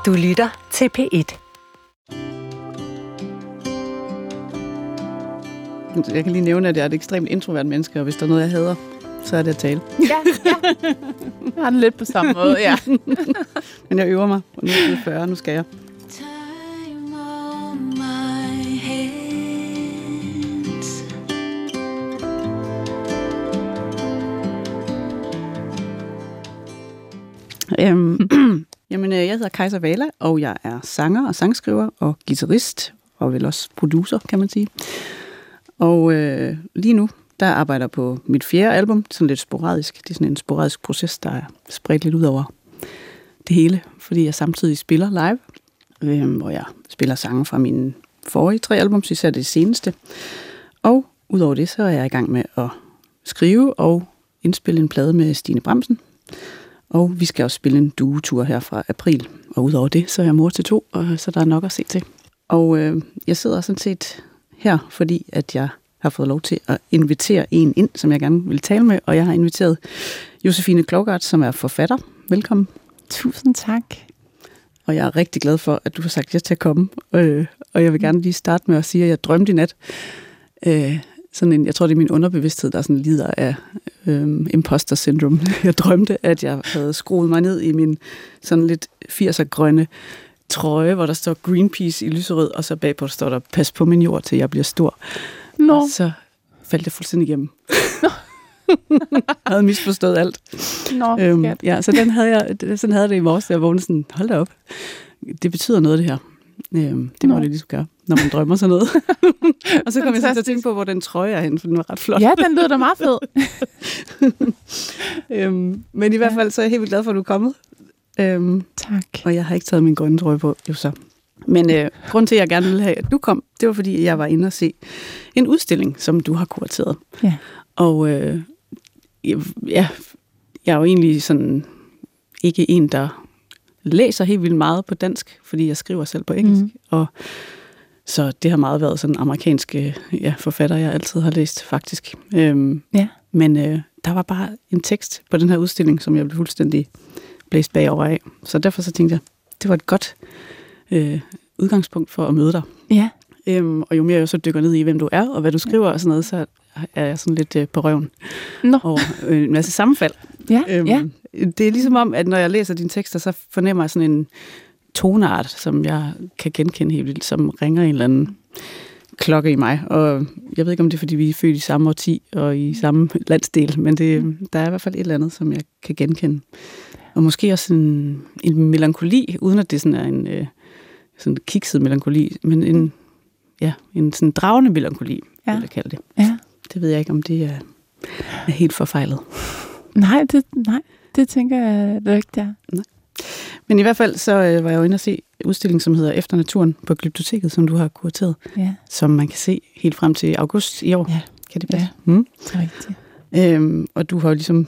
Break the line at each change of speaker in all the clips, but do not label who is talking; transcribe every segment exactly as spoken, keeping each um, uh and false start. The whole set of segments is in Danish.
Du lytter til P et.
Jeg kan lige nævne, at jeg er et ekstremt introvert menneske, og hvis der er noget, jeg hader, så er det at tale.
Ja, ja. Jeg har det lidt på samme måde, ja.
Men jeg øver mig, og nu er det fyrre, nu skal jeg. Øhm, jamen, jeg hedder Kajsa Vala, og jeg er sanger og sangskriver og guitarist, og vel også producer, kan man sige. Og øh, lige nu, der arbejder jeg på mit fjerde album, sådan lidt sporadisk. Det er sådan en sporadisk proces, der er spredt lidt ud over det hele, fordi jeg samtidig spiller live, øh, hvor jeg spiller sange fra mine forrige tre albums, især det seneste. Og udover det, så er jeg i gang med at skrive og indspille en plade med Stine Bramsen. Og vi skal også spille en duetur her fra april. Og udover det, så er jeg mor til to, og så der er nok at se til. Og øh, jeg sidder sådan set her, fordi at jeg har fået lov til at invitere en ind, som jeg gerne vil tale med. Og jeg har inviteret Josefine Klougart, som er forfatter. Velkommen.
Tusind tak.
Og jeg er rigtig glad for, at du har sagt ja til at komme. Øh, og jeg vil gerne lige starte med at sige, at jeg drømte i nat. Øh, sådan en, jeg tror, det er min underbevidsthed, der sådan lider af øh, imposter syndrome. Jeg drømte, at jeg havde skruet mig ned i min sådan lidt firser-grønne trøje, hvor der står Greenpeace i lyserød, og så bagpå står der, pas på min jord, til jeg bliver stor.
Nå.
Og så faldt det fuldstændig igennem. Jeg havde misforstået alt.
Nå,
øhm, ja, så den havde jeg, sådan havde det i morges, jeg vågnede sådan, hold da op. Det betyder noget, det her. Øhm, det må Nå. det ligesom gøre, når man drømmer sådan noget. Og så kom jeg så til at tænke på, hvor den trøje er henne, for den var ret flot.
Ja, den lyder da meget fed.
øhm, men i hvert fald, så er jeg helt vildt glad for, at du er kommet. Øhm,
tak.
Og jeg har ikke taget min grønne trøje på, jo så. Men øh, grunden til, at jeg gerne ville have, at du kom, det var, fordi jeg var inde og se en udstilling, som du har kurateret.
Ja.
Og øh, ja, jeg er jo egentlig sådan ikke en, der læser helt vildt meget på dansk, fordi jeg skriver selv på engelsk. Mm. Og så det har meget været sådan amerikanske ja, forfatter, jeg altid har læst, faktisk. Øhm,
ja.
Men øh, der var bare en tekst på den her udstilling, som jeg blev fuldstændig blæst bagover af. Så derfor så tænkte jeg, det var et godt øh, udgangspunkt for at møde dig.
Ja.
Øhm, og jo mere jeg så dykker ned i, hvem du er, og hvad du skriver og sådan noget, så er jeg sådan lidt øh, på røven
Nå.
over øh, en masse sammenfald.
Ja,
øhm,
ja.
Det er ligesom om, at når jeg læser dine tekster, så fornemmer jeg sådan en toneart, som jeg kan genkende helt vildt, som ringer en eller anden klokke i mig. Og jeg ved ikke, om det er, fordi vi er født i samme årti og i samme landsdel, men det, der er i hvert fald et eller andet, som jeg kan genkende. Og måske også en, en melankoli, uden at det sådan er en øh, sådan kikset melankoli, men en, ja, en sådan dragende melankoli, ja. vil jeg kalde det.
Ja.
Det ved jeg ikke, om det er, er helt forfejlet.
Nej, det, nej, det tænker jeg det ikke, det er.
Nej. Men i hvert fald så øh, var jeg jo inde og se udstillingen, som hedder Efter Naturen på Glyptoteket, som du har kurateret,
ja.
som man kan se helt frem til august i år.
Ja.
Kan det passe?
Ja,
mm.
det er rigtigt.
Øhm, og du har jo ligesom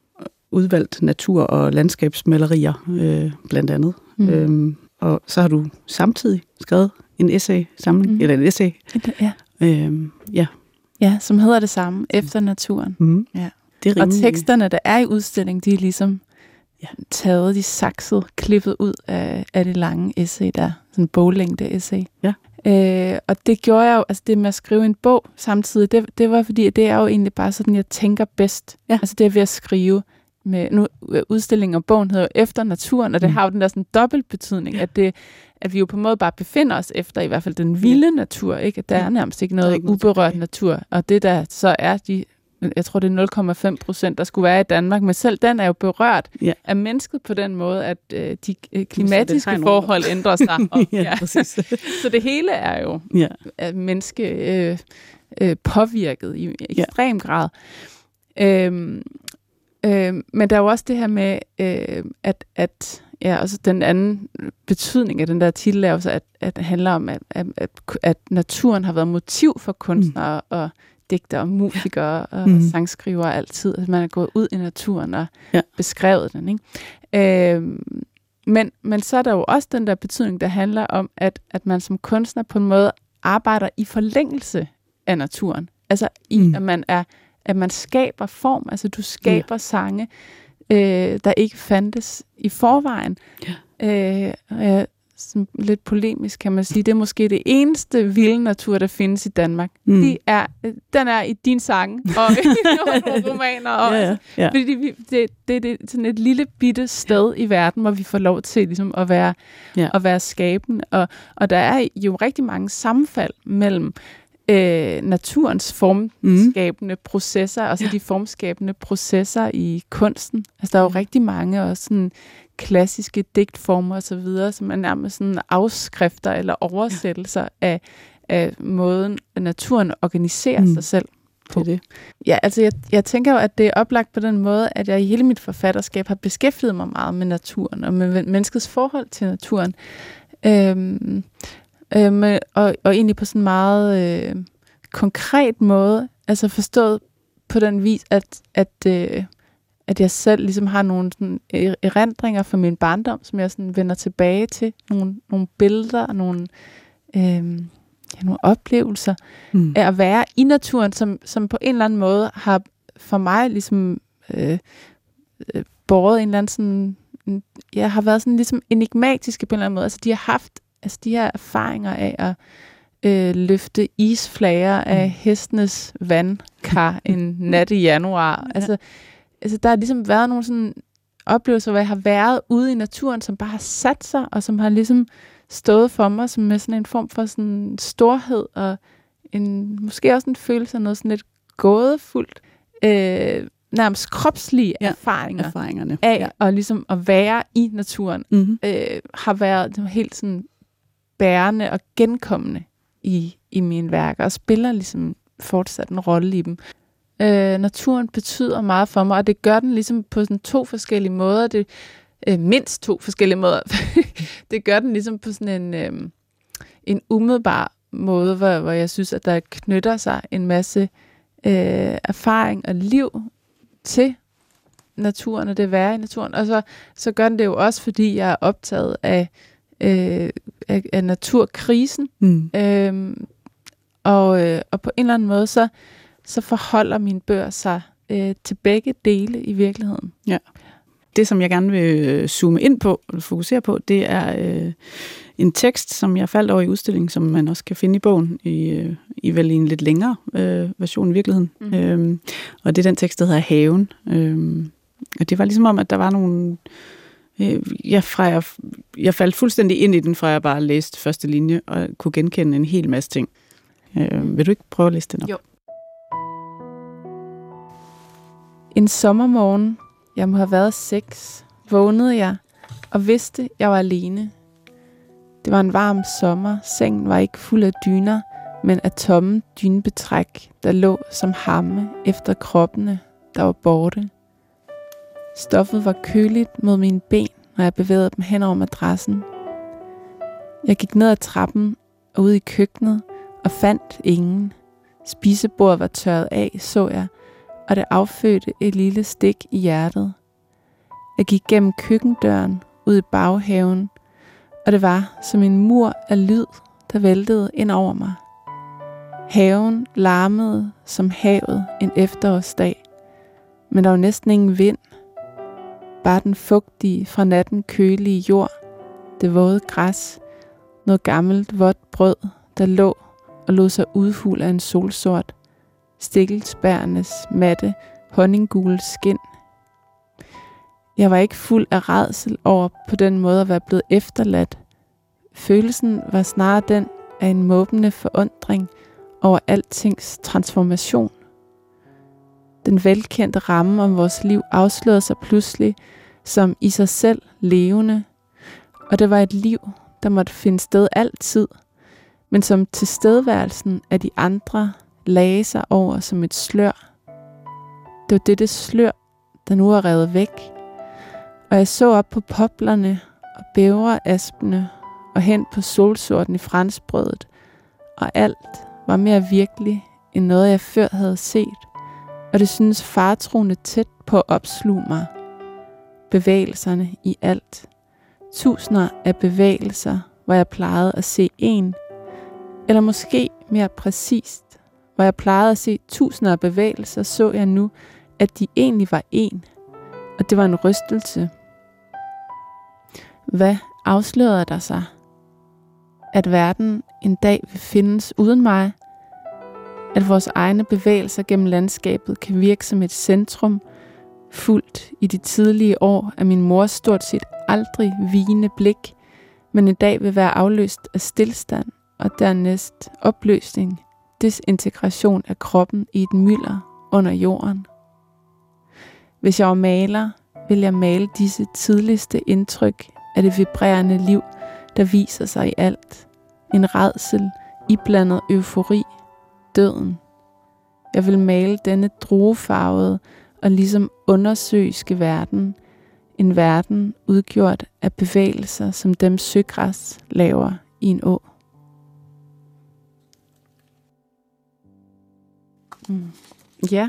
udvalgt natur- og landskabsmalerier, øh, blandt andet. Mm. Øhm, og så har du samtidig skrevet en essay-samling, mm. eller en essay.
Ja.
Øhm, ja.
Ja, som hedder det samme, Efter Naturen.
Mm.
Ja.
Det er
og teksterne, der er i udstillingen, de er ligesom
ja.
taget, de sakset, klippet ud af, af det lange essay der. Sådan en boglængde essay.
Ja.
Øh, og det gjorde jeg jo, altså det med at skrive en bog samtidig, det, det var fordi, det er jo egentlig bare sådan, jeg tænker bedst.
Ja.
Altså det er ved at skrive. Med, nu, udstillingen og bogen hedder jo Efter Naturen, og det mm. har jo den der sådan dobbelt betydning, ja. at, det, at vi jo på en måde bare befinder os efter i hvert fald den vilde ja. natur, ikke? At der ja. er nærmest ikke noget ikke uberørt noget natur, og det der så er de, jeg tror det er nul komma fem procent, der skulle være i Danmark, men selv den er jo berørt ja. af mennesket på den måde, at øh, de øh, klimatiske forhold ændrer sig. Og,
ja,
ja. Så det hele er jo ja. menneske øh, øh, påvirket i ekstrem ja. grad. Øhm, Øh, men der er jo også det her med, øh, at, at ja, også den anden betydning af den der titel er også, at, at det handler om, at, at, at naturen har været motiv for kunstnere mm. og digtere og musikere og mm. sangskrivere altid. At man er gået ud i naturen og ja. beskrevet den. Ikke? Øh, men, men så er der jo også den der betydning, der handler om, at, at man som kunstner på en måde arbejder i forlængelse af naturen. Altså i, mm. at man er at man skaber form, altså du skaber ja. sange, øh, der ikke fandtes i forvejen. Ja. øh, øh, sådan lidt polemisk kan man sige, det er måske det eneste vilde natur, der findes i Danmark. Mm. De er, den er i din sang og i nogle romaner. Og, ja, ja, ja. Fordi det, det, det, det er sådan et lille bitte sted i verden, hvor vi får lov til ligesom, at være, ja. at være skabende. Og, og der er jo rigtig mange sammenfald mellem øh, naturens formskabende mm. processer, og så ja. de formskabende processer i kunsten. Altså der er jo rigtig mange også sådan klassiske digtformer og så videre, som er nærmest sådan afskrifter eller oversættelser ja. af, af måden, naturen organiserer mm. sig selv på. Det. Ja, altså jeg, jeg tænker jo, at det er oplagt på den måde, at jeg i hele mit forfatterskab har beskæftiget mig meget med naturen og med menneskets forhold til naturen. Øhm, øhm, og, og egentlig på sådan en meget øh, konkret måde, altså forstået på den vis, at, at øh, at jeg selv ligesom har nogle sådan erindringer fra min barndom, som jeg sådan vender tilbage til. Nogle, nogle billeder og nogle, øh, ja, nogle oplevelser mm. af at være i naturen, som, som på en eller anden måde har for mig ligesom øh, øh, båret en eller anden sådan... Jeg har været sådan ligesom enigmatiske på en eller anden måde. Altså de har haft altså, de her erfaringer af at øh, løfte isflager mm. af hestenes vandkar en nat i januar. Altså... Ja. Altså, der har ligesom været nogle sådan oplevelser, hvor jeg har været ude i naturen, som bare har sat sig, og som har ligesom stået for mig som med sådan en form for sådan storhed, og en, måske også en følelse af noget sådan lidt gådefuldt, øh, nærmest kropslige ja, erfaringer
erfaringerne.
af
ja.
at, ligesom at være i naturen, mm-hmm. øh, har været helt sådan bærende og genkommende i, i mine værker, og spiller ligesom fortsat en rolle i dem. Øh, naturen betyder meget for mig, og det gør den ligesom på sådan to forskellige måder. Det øh, mindst to forskellige måder. Det gør den ligesom på sådan en, øh, en umiddelbar måde, hvor, hvor jeg synes, at der knytter sig en masse øh, erfaring og liv til naturen, og det være i naturen. Og så, så gør den det jo også, fordi jeg er optaget af, øh, af, af naturkrisen. Mm. Øh, og, øh, og på en eller anden måde, så så forholder mine bøger sig øh, til begge dele i virkeligheden. Ja.
Det, som jeg gerne vil zoome ind på og fokusere på, det er øh, en tekst, som jeg faldt over i udstillingen, som man også kan finde i bogen, i, øh, i vel i en lidt længere øh, version i virkeligheden. Mm. Øhm, og det er den tekst, der hedder Haven. Øhm, og det var ligesom om, at der var nogle... Øh, jeg, fra jeg, jeg faldt fuldstændig ind i den, fra jeg bare læste første linje, og kunne genkende en hel masse ting. Øh, vil du ikke prøve at læse den op?
Jo. En sommermorgen, jeg må have været seks, vågnede jeg og vidste, jeg var alene. Det var en varm sommer, sengen var ikke fuld af dyner, men af tomme dynebetræk, der lå som hamme efter kroppene, der var borte. Stoffet var køligt mod mine ben, når jeg bevægede dem hen over madrassen. Jeg gik ned ad trappen og ud i køkkenet og fandt ingen. Spisebordet var tørret af, så jeg, og det affødte et lille stik i hjertet. Jeg gik gennem køkkendøren ud i baghaven, og det var som en mur af lyd, der væltede ind over mig. Haven larmede som havet en efterårsdag, men der var næsten ingen vind. Bare den fugtige, fra natten kølige jord, det våde græs, noget gammelt vådt brød, der lå og lod sig udhule af en solsort, stikkelsbærernes matte, honninggule skin. Jeg var ikke fuld af rædsel over på den måde at være blevet efterladt. Følelsen var snarere den af en måbende forundring over altings transformation. Den velkendte ramme om vores liv afslørede sig pludselig som i sig selv levende, og det var et liv, der måtte finde sted altid, men som tilstedeværelsen af de andre lagde sig over som et slør. Det var dette slør, der nu er revet væk, og jeg så op på poplerne og bævreaspene og hen på solsorten i franskbrødet, og alt var mere virkelig end noget, jeg før havde set, og det synes faretruende tæt på at opsluge mig. Bevægelserne i alt. Tusinder af bevægelser, hvor jeg plejede at se en, eller måske mere præcist, hvor jeg plejede at se tusinder af bevægelser, så jeg nu, at de egentlig var en, og det var en rystelse. Hvad afslørede der sig? At verden en dag vil findes uden mig? At vores egne bevægelser gennem landskabet kan virke som et centrum, fuldt i de tidlige år af min mors stort set aldrig vigende blik, men en dag vil være afløst af stilstand og dernæst opløsning, desintegration af kroppen i et mylder under jorden. Hvis jeg var maler, vil jeg male disse tidligste indtryk af det vibrerende liv, der viser sig i alt. En rædsel, iblandet eufori, døden. Jeg vil male denne druefarvede og ligesom undersøiske verden, en verden udgjort af bevægelser, som dem søgræs laver i en å. Mm. Ja.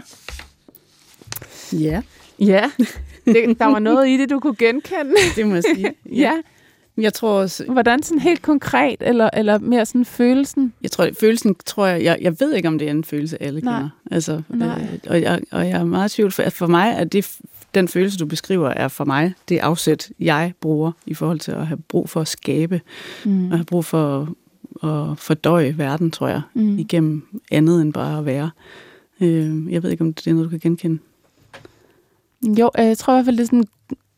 Ja.
Ja, det, der var noget i det, du kunne genkende.
Det må jeg sige. Ja.
Ja.
Jeg tror også...
Hvordan sådan helt konkret, eller, eller mere sådan følelsen?
Jeg tror, følelsen, tror jeg, jeg... Jeg ved ikke, om det er en følelse, alle
Nej.
kender. Altså,
Nej.
øh, og, jeg, og jeg er meget tvivl, for, at for mig er det... Den følelse, du beskriver, er for mig det afsæt, jeg bruger i forhold til at have brug for at skabe,
Mm.
og have brug for at, at fordøje verden, tror jeg,
Mm.
igennem andet end bare at være. Øh, jeg ved ikke, om det er noget, du kan genkende.
Jo, øh, jeg tror i hvert fald, det er sådan...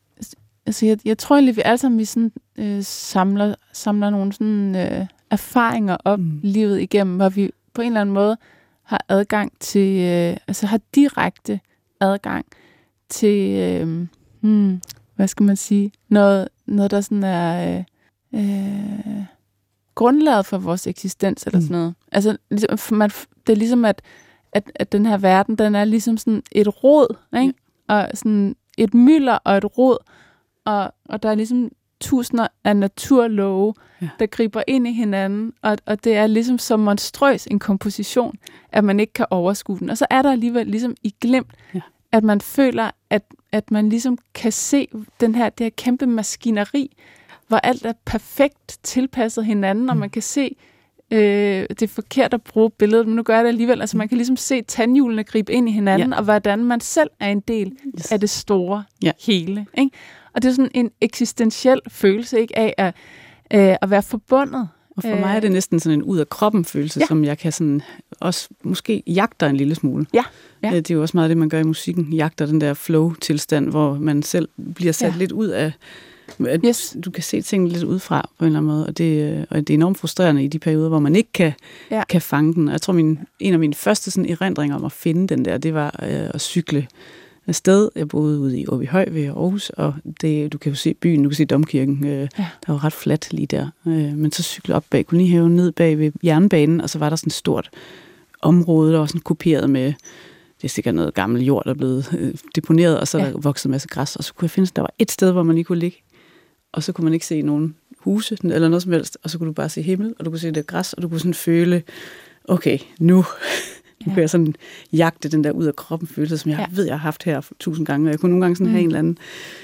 Altså, jeg, jeg tror egentlig, vi alle sammen vi sådan, øh, samler, samler nogle sådan, øh, erfaringer op
Mm.
livet igennem, hvor vi på en eller anden måde har adgang til... Øh, altså har direkte adgang til... Øh, hmm, hvad skal man sige? Noget, noget der sådan er... Øh, øh, grundlaget for vores eksistens, eller
Mm.
sådan noget. Altså, ligesom, for man, det er ligesom, at, at, at den her verden, den er ligesom sådan et rod, ikke? Og sådan et mylder og et rod, og, og der er ligesom tusinder af naturlove,
Ja.
der griber ind i hinanden, og, og det er ligesom så monstrøs en komposition, at man ikke kan overskue den. Og så er der alligevel ligesom i glimt,
Ja.
at man føler, at, at man ligesom kan se den her, det her kæmpe maskineri, hvor alt er perfekt tilpasset hinanden, mm. og man kan se, øh, det er forkert at bruge billedet, men nu gør jeg det alligevel. Altså man kan ligesom se tandhjulene gribe ind i hinanden,
Ja.
og hvordan man selv er en del
Yes.
af det store
Ja.
hele. Ikke? Og det er sådan en eksistentiel følelse, ikke, af at, øh, at være forbundet.
Og for mig er det næsten sådan en ud-af-kroppen-følelse,
Ja.
som jeg kan sådan også måske jagter en lille smule.
Ja, ja.
Øh, Det er jo også meget det, man gør i musikken. Jagter den der flow-tilstand, hvor man selv bliver sat
Ja.
lidt ud af... At
Yes.
Du kan se tingene lidt udefra på en eller anden måde, og det, øh, og det er enormt frustrerende i de perioder, hvor man ikke kan,
Ja.
kan fange den. Og jeg tror, min, en af mine første sådan, erindringer om at finde den der, det var øh, at cykle afsted. Jeg boede ude i Åbyhøj ved Aarhus, og det, du kan jo se byen, du kan se Domkirken. Øh,
Ja.
Der var ret fladt lige der. Øh, men så cyklede op bag kolonihaven, ned bag ved jernbanen, og så var der sådan et stort område, der var sådan kuperet med, det er sikkert noget gammel jord, der er blevet øh, deponeret, og så er
Ja.
der vokset en masse græs, og så kunne jeg finde, at der var et sted, hvor man lige kunne ligge, og så kunne man ikke se nogen huse eller noget som helst, og så kunne du bare se himmel, og du kunne se det græs, og du kunne sådan føle, okay, nu, nu
Ja.
kan jeg sådan jagte den der ud af kroppen følelse, som jeg
Ja.
ved, jeg har haft her tusind gange, og jeg kunne nogle gange sådan
Mm.
have en eller anden,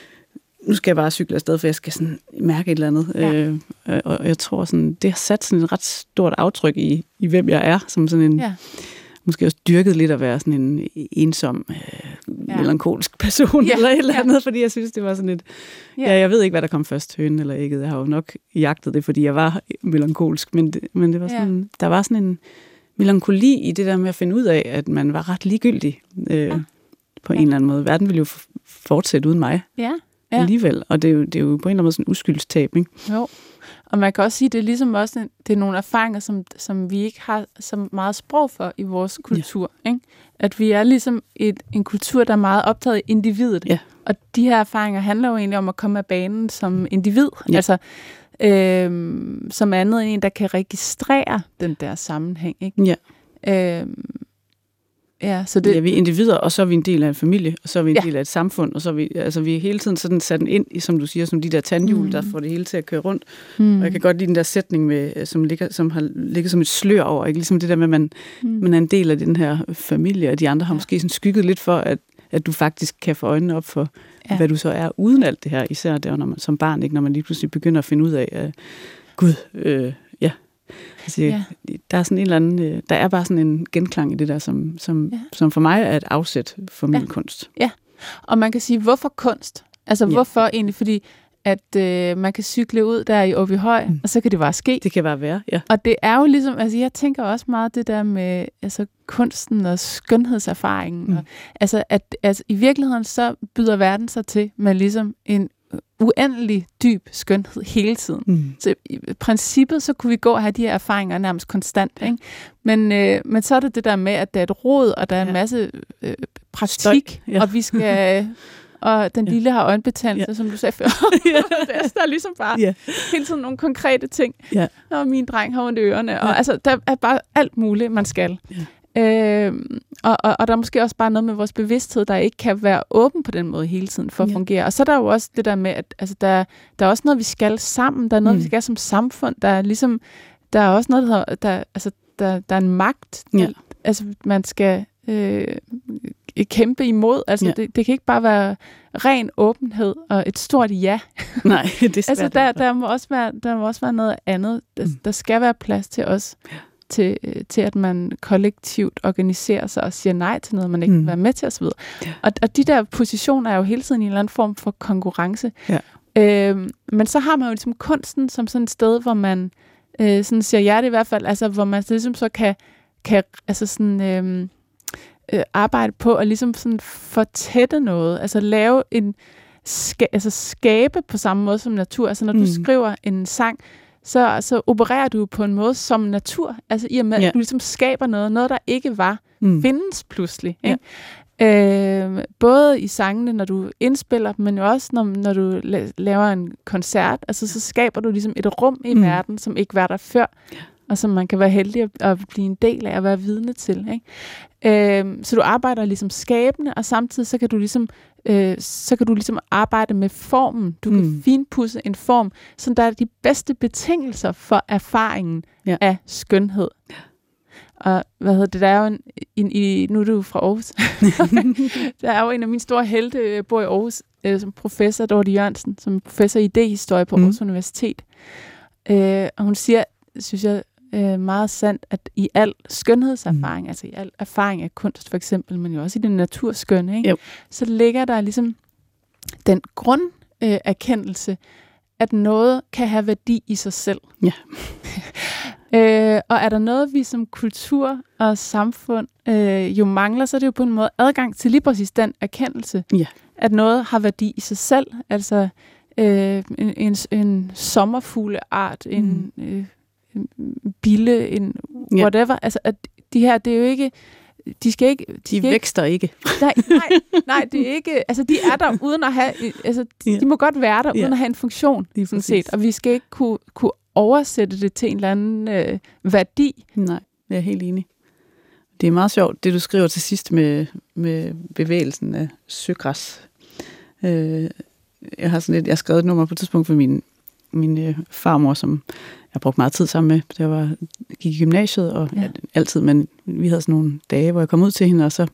nu skal jeg bare cykle afsted, for jeg skal sådan mærke et eller andet.
Ja.
Øh, og jeg tror, sådan, det har sat sådan et ret stort aftryk i, i hvem jeg er, som sådan en,
Ja.
måske også dyrket lidt at være sådan en ensom, øh,
Ja.
melankolsk person,
Ja.
eller et eller
Ja.
andet, fordi jeg synes, det var sådan et,
Ja.
ja, jeg ved ikke, hvad der kom først, hønen eller ægget. Jeg har jo nok jagtet det, fordi jeg var melankolsk, men det, men det var sådan, ja. der var sådan en melankoli i det der med at finde ud af, at man var ret ligegyldig øh,
Ja.
på
Ja.
en eller anden måde. Verden ville jo f- fortsætte uden mig
Ja.
ja.
Ja.
alligevel, og det er, jo, det er jo på en eller anden måde sådan en uskyldsstab, ikke?
Jo. Og man kan også sige, at det er ligesom også en, det er nogle erfaringer, som, som vi ikke har så meget sprog for i vores kultur. Ja. Ikke? At vi er ligesom et, en kultur, der er meget optaget af individet.
Ja.
Og de her erfaringer handler jo egentlig om at komme af banen som individ.
Ja.
Altså øhm, som andet end en, der kan registrere den der sammenhæng. Ikke?
Ja.
Øhm, ja, så
Det...
det,
Ja, vi er individer, og så er vi en del af en familie, og så er vi en
Ja.
del af et samfund, og så er vi, altså, vi er hele tiden sådan sat ind i, som du siger, som de der tandhjul, mm. der får det hele til at køre rundt.
hmm.
Og jeg kan godt lide den der sætning, med, som, ligger, som har ligget som et slør over, ikke? Ligesom det der med, at man,
Hmm.
man er en del af den her familie, og de andre har
Ja.
måske sådan skygget lidt for, at, at du faktisk kan få øjnene op for,
Ja.
ja. hvad du så er uden alt det her, især der, når man som barn, ikke, når man lige pludselig begynder at finde ud af, at gud, øh, ja, altså,
Ja.
der er sådan en eller anden, øh, der er bare sådan en genklang i det der, som, som,
Ja.
som for mig er et afsæt for min
Ja.
kunst.
Og man kan sige, hvorfor kunst? Altså,
Ja.
hvorfor egentlig? Fordi at øh, man kan cykle ud der i Åbyhøj, mm. og så kan det bare ske.
Det kan bare være, ja.
Og det er jo ligesom, altså jeg tænker også meget det der med altså, kunsten og skønhedserfaringen. Mm. Og, altså, at altså, i virkeligheden så byder verden sig til med ligesom en uendelig dyb skønhed hele tiden. Mm. Så i princippet, så kunne vi gå og have de her erfaringer nærmest konstant. Ikke? Men, øh, men så er det det der med, at der er et rod, og der er en ja. masse øh, praktik, ja. og vi skal... Og den lille har øjenbetændelse, ja. som du sagde før. Der er ligesom bare ja. hele tiden nogle konkrete ting. Ja. Og min dreng har ondt i ørerne. Ja. Og altså, der er bare alt muligt, man skal. Ja. Øh, og, og, og der er måske også bare noget med vores bevidsthed, der ikke kan være åben på den måde hele tiden for at ja. fungere. Og så er der jo også det der med, at altså, der, der er også noget, vi skal sammen. Der er noget, mm. vi skal som samfund. Der er ligesom, der er også noget, der, der, altså, der, der er en magt. Ja. Der, altså, man skal... Øh, kæmpe imod. Altså, ja. det, det kan ikke bare være ren åbenhed og et stort ja.
Nej, det er
altså, der, der, må også være, der må også være noget andet. Der, mm. der skal være plads til os, ja. til, til at man kollektivt organiserer sig og siger nej til noget, man ikke mm. vil være med til osv. Ja. Og, og de der positioner er jo hele tiden i en eller anden form for konkurrence. Ja. Øhm, men så har man jo ligesom kunsten som sådan et sted, hvor man øh, sådan siger ja, det i hvert fald, altså hvor man ligesom så kan, kan altså sådan... Øh, Øh, arbejde på at ligesom sådan fortætte noget, altså lave en ska- altså skabe på samme måde som natur. Altså når mm. du skriver en sang, så, så opererer du på en måde som natur, altså i og med, ja. at du ligesom skaber noget, noget der ikke var, mm. findes pludselig. Ikke? Ja. Øh, både i sangene, når du indspiller dem, men jo også når, når du la- laver en koncert, altså så skaber du ligesom et rum i mm. verden, som ikke var der før. Ja. Og som man kan være heldig at, at blive en del af at være vidne til. Ikke? Øh, så du arbejder ligesom skabende, og samtidig så kan du ligesom, øh, så kan du ligesom arbejde med formen. Du mm. kan finpudse en form, så der er de bedste betingelser for erfaringen ja. af skønhed. Og hvad hedder det, der er jo en, en, en nu er du fra Aarhus. Der er jo en af mine store helte, bor i Aarhus, øh, som professor, Dorte Jørgensen, som professor i idéhistorie på mm. Aarhus Universitet. Øh, og hun siger, synes jeg, øh, meget sandt, at i al skønhedserfaring, mm. altså i al erfaring af kunst for eksempel, men jo også i den naturskønne, ikke? Så ligger der ligesom den grunderkendelse, øh, at noget kan have værdi i sig selv. Ja. øh, og er der noget, vi som kultur og samfund øh, jo mangler, så er det jo på en måde adgang til lige præcis den erkendelse, ja. at noget har værdi i sig selv. Altså øh, en, en, en sommerfugleart, en... Mm. Øh, bille, en whatever. Ja. Altså, at de her, det er jo ikke... De skal ikke... De,
de vækster ikke.
Nej, nej, nej, det er ikke... Altså, de er der uden at have... Altså, de, ja. de må godt være der, uden ja. at have en funktion, sådan set. Og vi skal ikke kunne, kunne oversætte det til en eller anden øh, værdi.
Nej, jeg er helt enig. Det er meget sjovt, det du skriver til sidst med, med bevægelsen af søgræs. Øh, jeg har sådan et, jeg har skrevet et nummer på et tidspunkt for min, min øh, farmor, som jeg brugte meget tid sammen med, da jeg var, gik i gymnasiet, og ja. altid, men vi havde sådan nogle dage, hvor jeg kom ud til hende, og så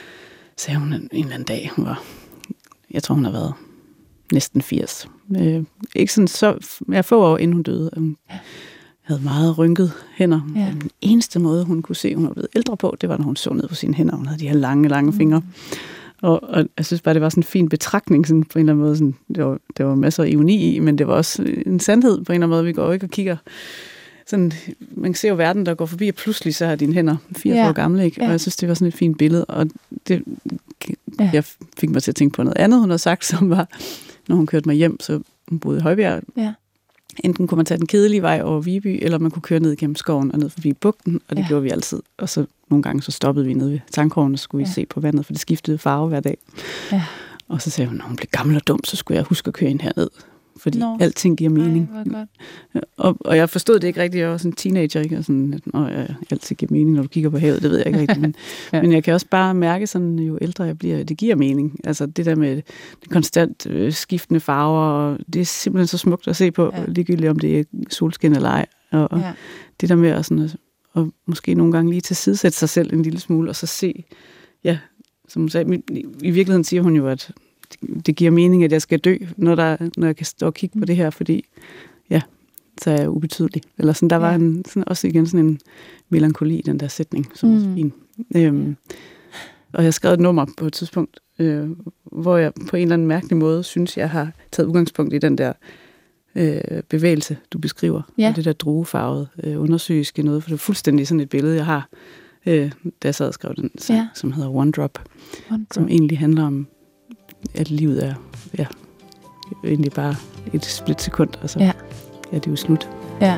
sagde hun en, en eller anden dag, hun var, jeg tror hun har været næsten firs. Øh, ikke sådan så, jeg få år inden hun døde, hun ja. havde meget rynket hænder. Ja. Den eneste måde, hun kunne se, hun var blevet ældre på, det var, når hun så ned på sine hænder, hun havde de her lange, lange mm. fingre. Og, og jeg synes bare, det var sådan en fin betragtning, sådan på en eller anden måde. Sådan, det, var, det var masser af ironi i, men det var også en sandhed på en eller anden måde. Vi går ikke og kigger. Sådan, man kan se jo verden, der går forbi, og pludselig så har dine hænder firs ja. år gamle. Ikke? Ja. Og jeg synes, det var sådan et fint billede. Og det, ja. jeg fik mig til at tænke på noget andet, hun havde sagt, som var, når hun kørte mig hjem, så hun boede i Højbjerg. Ja. Enten kunne man tage den kedelige vej over Viby, eller man kunne køre ned gennem skoven og ned forbi bugten, og det ja. gjorde vi altid. Og så nogle gange så stoppede vi nede ved Tangkrogen, og så skulle vi ja. se på vandet, for det skiftede farve hver dag. Ja. Og så sagde hun, når hun blev gammel og dum, så skulle jeg huske at køre ind herned, fordi Nå. alting giver mening. Ej, og, og jeg forstod det ikke rigtigt, jeg var sådan en teenager, ikke? Og sådan, at ja, alting giver mening, når du kigger på havet, det ved jeg ikke rigtigt. Men, ja. men jeg kan også bare mærke, sådan, jo ældre jeg bliver, det giver mening. Altså det der med de konstant øh, skiftende farver, og det er simpelthen så smukt at se på, ja. ligegyldigt om det er solskin eller ej. Og, og ja. det der med at, sådan, at, og måske nogle gange lige tilsidesætte sig selv en lille smule, og så se, ja, som hun sagde, i virkeligheden siger hun jo, at det giver mening, at jeg skal dø, når, der, når jeg kan stå og kigge på det her, fordi ja, så er jeg ubetydelig. Eller sådan, der var en, sådan, også igen sådan en melankoli i den der sætning, som mm. var fin. Øhm, og jeg skrev et nummer på et tidspunkt, øh, hvor jeg på en eller anden mærkelig måde synes, jeg har taget udgangspunkt i den der øh, bevægelse, du beskriver.
Ja.
Og det der druefarvede, øh, undersøiske noget, for det er fuldstændig sådan et billede, jeg har, øh, da jeg sad og skrev den sang, ja. som hedder One Drop, One Drop, som egentlig handler om, at livet er ja, egentlig bare et splitsekund, og så ja. er det jo slut.
Ja.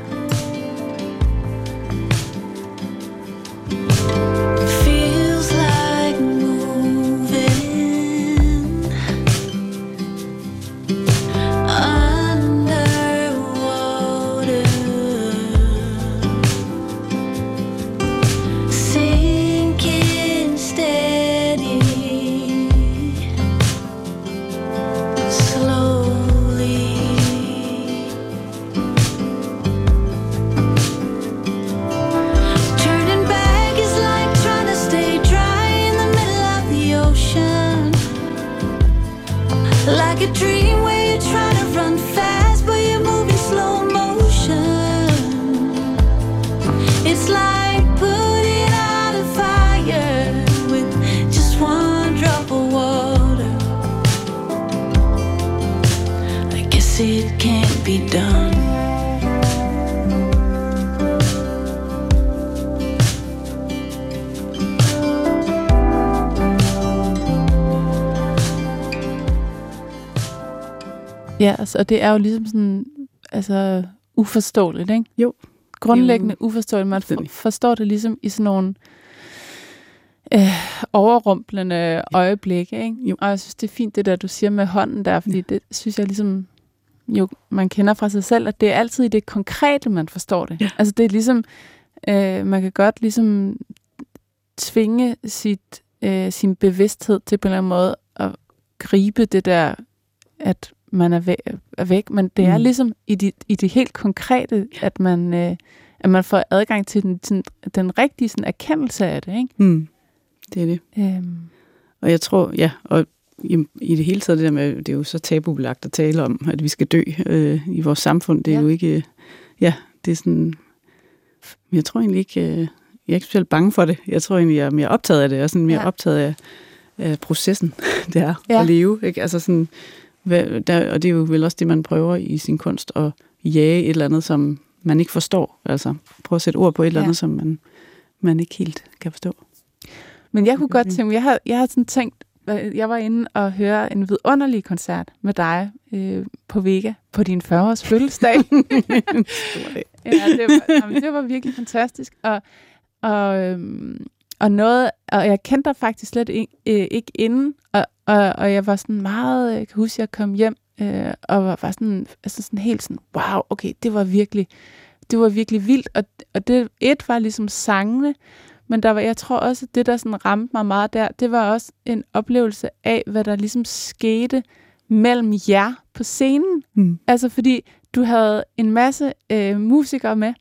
Ja, altså, og det er jo ligesom sådan, altså, uforståeligt, ikke?
Jo.
Grundlæggende uforståeligt. Man for, forstår det ligesom i sådan nogle øh, overrumplende øjeblikke, ikke?
Jo.
Og jeg synes, det er fint, det der, du siger med hånden der, fordi ja. det synes jeg ligesom, jo, man kender fra sig selv, at det er altid i det konkrete, man forstår det.
Ja.
Altså, det er ligesom, øh, man kan godt ligesom tvinge sit, øh, sin bevidsthed til på en eller anden måde at gribe det der, at man er væk, er væk, men det er mm. ligesom i det, i det helt konkrete, at man, øh, at man får adgang til den, den, den rigtige sådan, erkendelse af det, ikke?
Mm. Det er det.
Øhm.
Og jeg tror, ja, og i, i det hele taget, det der med, det er jo så tabubelagt at tale om, at vi skal dø øh, i vores samfund, det er ja. jo ikke, ja, det er sådan, jeg tror egentlig ikke, øh, jeg er ikke specielt bange for det, jeg tror egentlig, jeg er mere optaget af det, og sådan mere ja. optaget af, af processen, det er ja. at leve, ikke? Altså sådan, hvad, der, og det er jo vel også det, man prøver i sin kunst, at jage et eller andet, som man ikke forstår, altså prøve at sætte ord på et eller andet, ja. som man, man ikke helt kan forstå.
Men jeg kunne godt tænke, jeg har, jeg har sådan tænkt, jeg var inde og høre en vidunderlig koncert med dig øh, på Vega på din fyrre-års fødselsdag. ja, det var, jamen, det var virkelig fantastisk. Og, og, øhm, og, noget, og jeg kendte dig faktisk slet ikke, øh, ikke inden, og, og, og jeg var sådan meget, jeg kan huske, jeg kom hjem, øh, og var, var sådan, altså sådan helt sådan, wow, okay, det var virkelig, det var virkelig vildt. Og, og det et var ligesom sangene, men der var, jeg tror også, at det, der sådan ramte mig meget der, det var også en oplevelse af, hvad der ligesom skete mellem jer på scenen. Mm. Altså fordi du havde en masse øh, musikere med,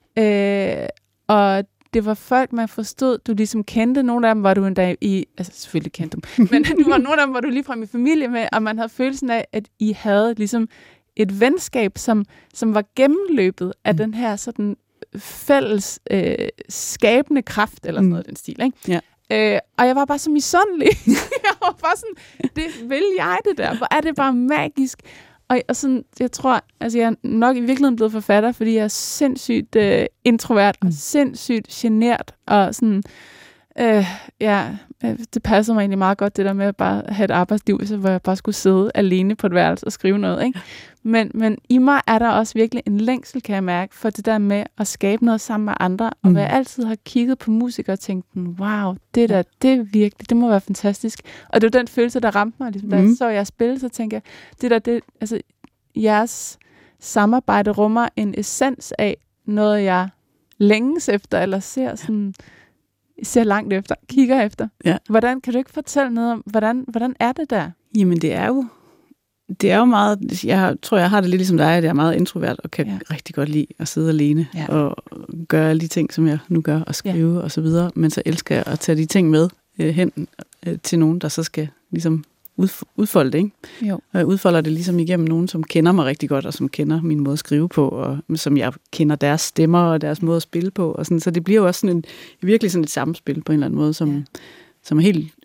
øh, og det var folk, man forstod, du ligesom kendte. Nogle af dem var du endda i, altså selvfølgelig kendte dem, men du var nogle af dem, var du ligefrem i familie med, og man havde følelsen af, at I havde ligesom et venskab, som, som var gennemløbet af mm. den her sådan fælles øh, skabende kraft, eller sådan noget mm. den stil, ikke?
Ja.
Øh, og jeg var bare så misundelig. jeg var bare sådan, det vil jeg det der. Hvor er det bare magisk. Og, og sådan, jeg tror, altså jeg er nok i virkeligheden blevet forfatter, fordi jeg er sindssygt øh, introvert, mm. og sindssygt genert, og sådan, øh, ja, det passer mig egentlig meget godt, det der med at bare have et arbejdsliv, så hvor jeg bare skulle sidde alene på et værelse og skrive noget, ikke? Men, men i mig er der også virkelig en længsel, kan jeg mærke, for det der med at skabe noget sammen med andre, og mm. hvor jeg altid har kigget på musikere og tænkt, wow, det der, det er virkelig, det må være fantastisk. Og det var den følelse, der ramte mig, ligesom, da mm. jeg så jer spille, så tænker jeg, det der, det, altså, jeres samarbejde rummer en essens af noget, jeg længes efter, eller ser sådan, ser langt efter, kigger efter. Ja. Hvordan, kan du ikke fortælle noget om, hvordan, hvordan er det der?
Jamen, det er jo Det er jo meget, jeg tror, jeg har det lidt ligesom dig, at jeg er meget introvert og kan ja. rigtig godt lide at sidde alene ja. og gøre alle de ting, som jeg nu gør, og skrive ja. og så videre. Men så elsker jeg at tage de ting med øh, hen øh, til nogen, der så skal ligesom udfolde det, ikke? Jo. Og jeg udfolder det ligesom igennem nogen, som kender mig rigtig godt, og som kender min måde at skrive på, og som jeg kender deres stemmer og deres måde at spille på. Og sådan. Så det bliver jo også sådan en, virkelig sådan et samspil på en eller anden måde, som, ja. som er helt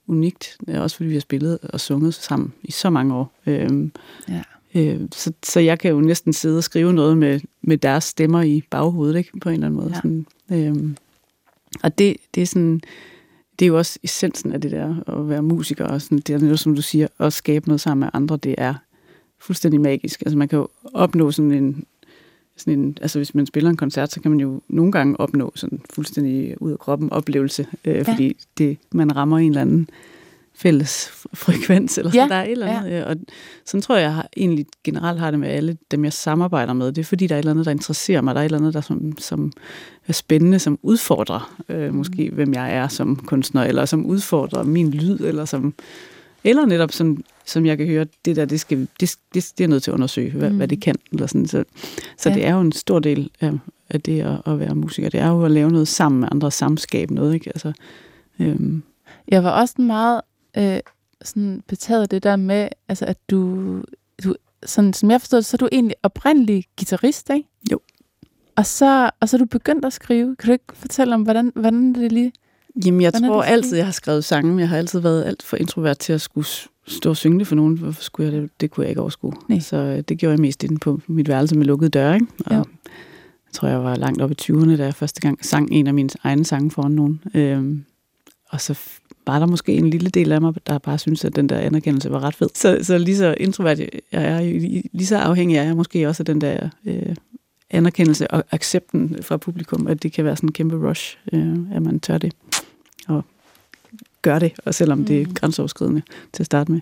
unikt, også fordi vi har spillet og sunget sammen i så mange år. Øhm, ja. øh, så, så jeg kan jo næsten sidde og skrive noget med, med deres stemmer i baghovedet, ikke? På en eller anden måde. Ja. Sådan, øhm, og det, det er sådan, det er jo også essensen af det der, at være musiker, og sådan, det er noget, som du siger, at skabe noget sammen med andre, det er fuldstændig magisk. Altså man kan jo opnå sådan en, sådan en, altså hvis man spiller en koncert, så kan man jo nogle gange opnå sådan fuldstændig ud af kroppen oplevelse, øh, ja. Fordi det, man rammer en eller anden fælles frekvens, eller sådan, ja. Der er et eller andet. Ja. Og sådan tror jeg, jeg har, egentlig generelt har det med alle dem, jeg samarbejder med. Det er fordi, der er et eller andet, der interesserer mig. Der er et eller andet, der som, som er spændende, som udfordrer øh, måske, hvem jeg er som kunstner, eller som udfordrer min lyd, eller som eller netop som, som jeg kan høre, det der, det, skal, det, det, det er nødt til at undersøge, hvad, mm. hvad det kan. Eller sådan. Så, så ja. Det er jo en stor del af, af det at, at være musiker. Det er jo at lave noget sammen med andre, samskabe noget, ikke? Altså, øhm.
Jeg var også meget øh, sådan betaget af det der med, altså at du, du sådan, som jeg forstår det, så er du egentlig oprindelig guitarist, ikke?
Jo.
Og så, og så er du begyndt at skrive. Kan du ikke fortælle om, hvordan, hvordan det lige...
Jamen, jeg hvordan tror altid, jeg har skrevet sange. Jeg har altid været alt for introvert til at skulle stå og synge det for nogen. Hvorfor skulle jeg det? Det kunne jeg ikke overskue. Nej. Så det gjorde jeg mest inde på mit værelse med lukkede døre, ikke? Og jeg tror, jeg var langt op i tyverne, da jeg første gang sang en af mine egne sange foran nogen. Øhm, og så var der måske en lille del af mig, der bare synes, at den der anerkendelse var ret fed. Så, så lige så introvert jeg er, lige så afhængig er jeg måske også af den der øh, anerkendelse og accepten fra publikum, at det kan være sådan en kæmpe rush, øh, at man tør det og gør det, og selvom mm. det er grænseoverskridende til at starte med.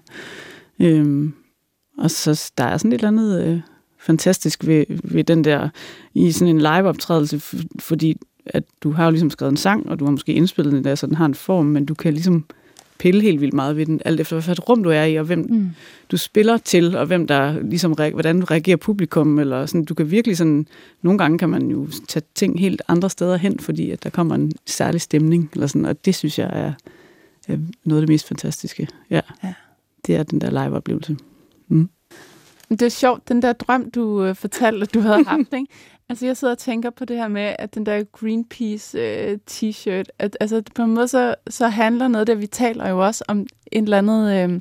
Øhm, og så der er sådan et eller andet øh, fantastisk ved, ved den der, i sådan en live-optrædelse, fordi at du har jo ligesom skrevet en sang, og du har måske indspillet den der, så den har en form, men du kan ligesom pille helt vildt meget ved den, alt efter hvad for et rum du er i, og hvem mm. du spiller til, og hvem der ligesom, hvordan du reagerer publikum, eller sådan, du kan virkelig sådan, nogle gange kan man jo tage ting helt andre steder hen, fordi at der kommer en særlig stemning, eller sådan, og det synes jeg er, er noget af det mest fantastiske. Ja. ja. Det er den der live-oplevelse. Mm.
Det er sjovt, den der drøm, du øh, fortalte, at du havde haft, ikke? Altså, jeg sidder og tænker på det her med, at den der Greenpeace øh, t-shirt, at altså, på en måde så, så handler noget der, vi taler jo også om en eller andet, øh,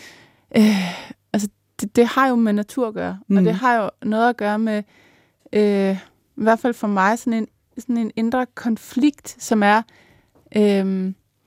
øh, altså, det, det har jo med natur at gøre, mm. og det har jo noget at gøre med, øh, i hvert fald for mig, sådan en, sådan en indre konflikt, som er, øh,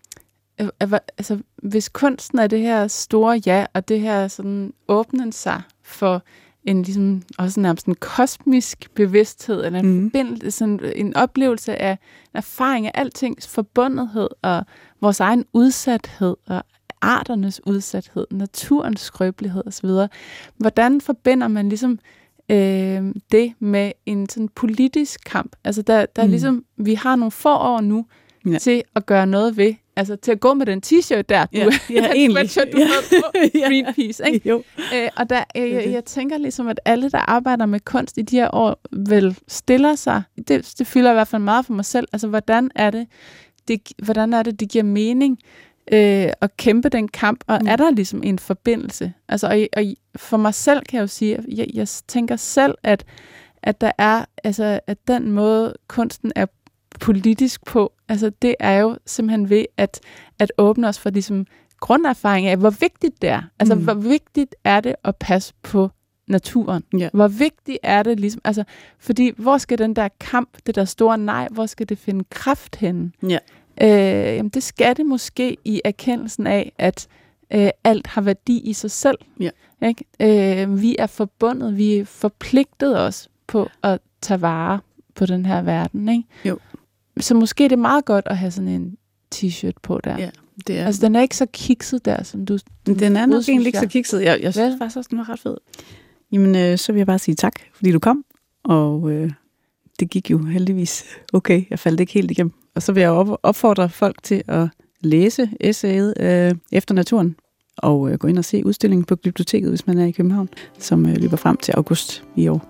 øh, altså, hvis kunsten er det her store ja, og det her sådan åbnen sig for en ligesom også nærmest en kosmisk bevidsthed, eller en, mm. forbindelse, sådan en oplevelse af en erfaring af altings forbundethed, og vores egen udsathed, og arternes udsathed, naturens skrøbelighed osv. Hvordan forbinder man ligesom øh, det med en sådan politisk kamp? Altså der, der mm. ligesom, vi har nogle få år nu ja. Til at gøre noget ved, altså til at gå med den t-shirt der, du,
ja, ja,
den sweatshirt, du ja. Havde på, Greenpeace, ikke? Jo. Æ, og der, jeg, jeg, jeg tænker ligesom, at alle, der arbejder med kunst i de her år, vel stiller sig, det, det fylder i hvert fald meget for mig selv, altså hvordan er det, det, hvordan er det, det giver mening øh, at kæmpe den kamp, og mm. er der ligesom en forbindelse? Altså, og, og for mig selv kan jeg jo sige, at jeg, jeg tænker selv, at, at der er, altså, at den måde, kunsten er politisk på, altså det er jo simpelthen ved at, at åbne os for ligesom grunderfaring af, hvor vigtigt det er. Altså mm. hvor vigtigt er det at passe på naturen? Yeah. Hvor vigtigt er det ligesom, altså fordi hvor skal den der kamp, det der store nej, hvor skal det finde kraft henne? Yeah. Øh, jamen det skal det måske i erkendelsen af, at øh, alt har værdi i sig selv. Yeah. Ikke? Øh, vi er forbundet, vi er forpligtet os på at tage vare på den her verden, ikke? Jo. Så måske det er meget godt at have sådan en t-shirt på der. Ja, det er. Altså, den er ikke så kikset der, som du...
Den er nok egentlig ikke så kikset. Jeg, jeg synes faktisk også, den var ret fed. Jamen, øh, så vil jeg bare sige tak, fordi du kom. Og øh, det gik jo heldigvis okay. Jeg faldt ikke helt igennem. Og så vil jeg op- opfordre folk til at læse essayet øh, Efter naturen. Og øh, gå ind og se udstillingen på Glyptoteket, hvis man er i København, som øh, løber frem til august i år.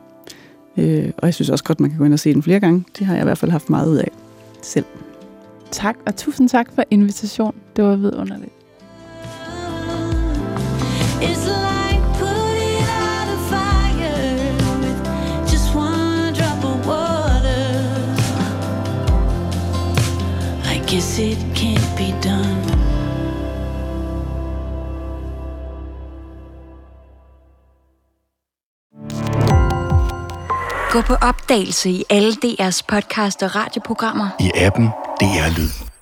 Øh, og jeg synes også godt, man kan gå ind og se den flere gange. Det har jeg i hvert fald haft meget ud af selv.
Tak, og tusind tak for invitationen. Det var vidunderligt.
Guess it can't be done. Gå på opdagelse i alle D R's podcast og radioprogrammer.
I appen D R Lyd.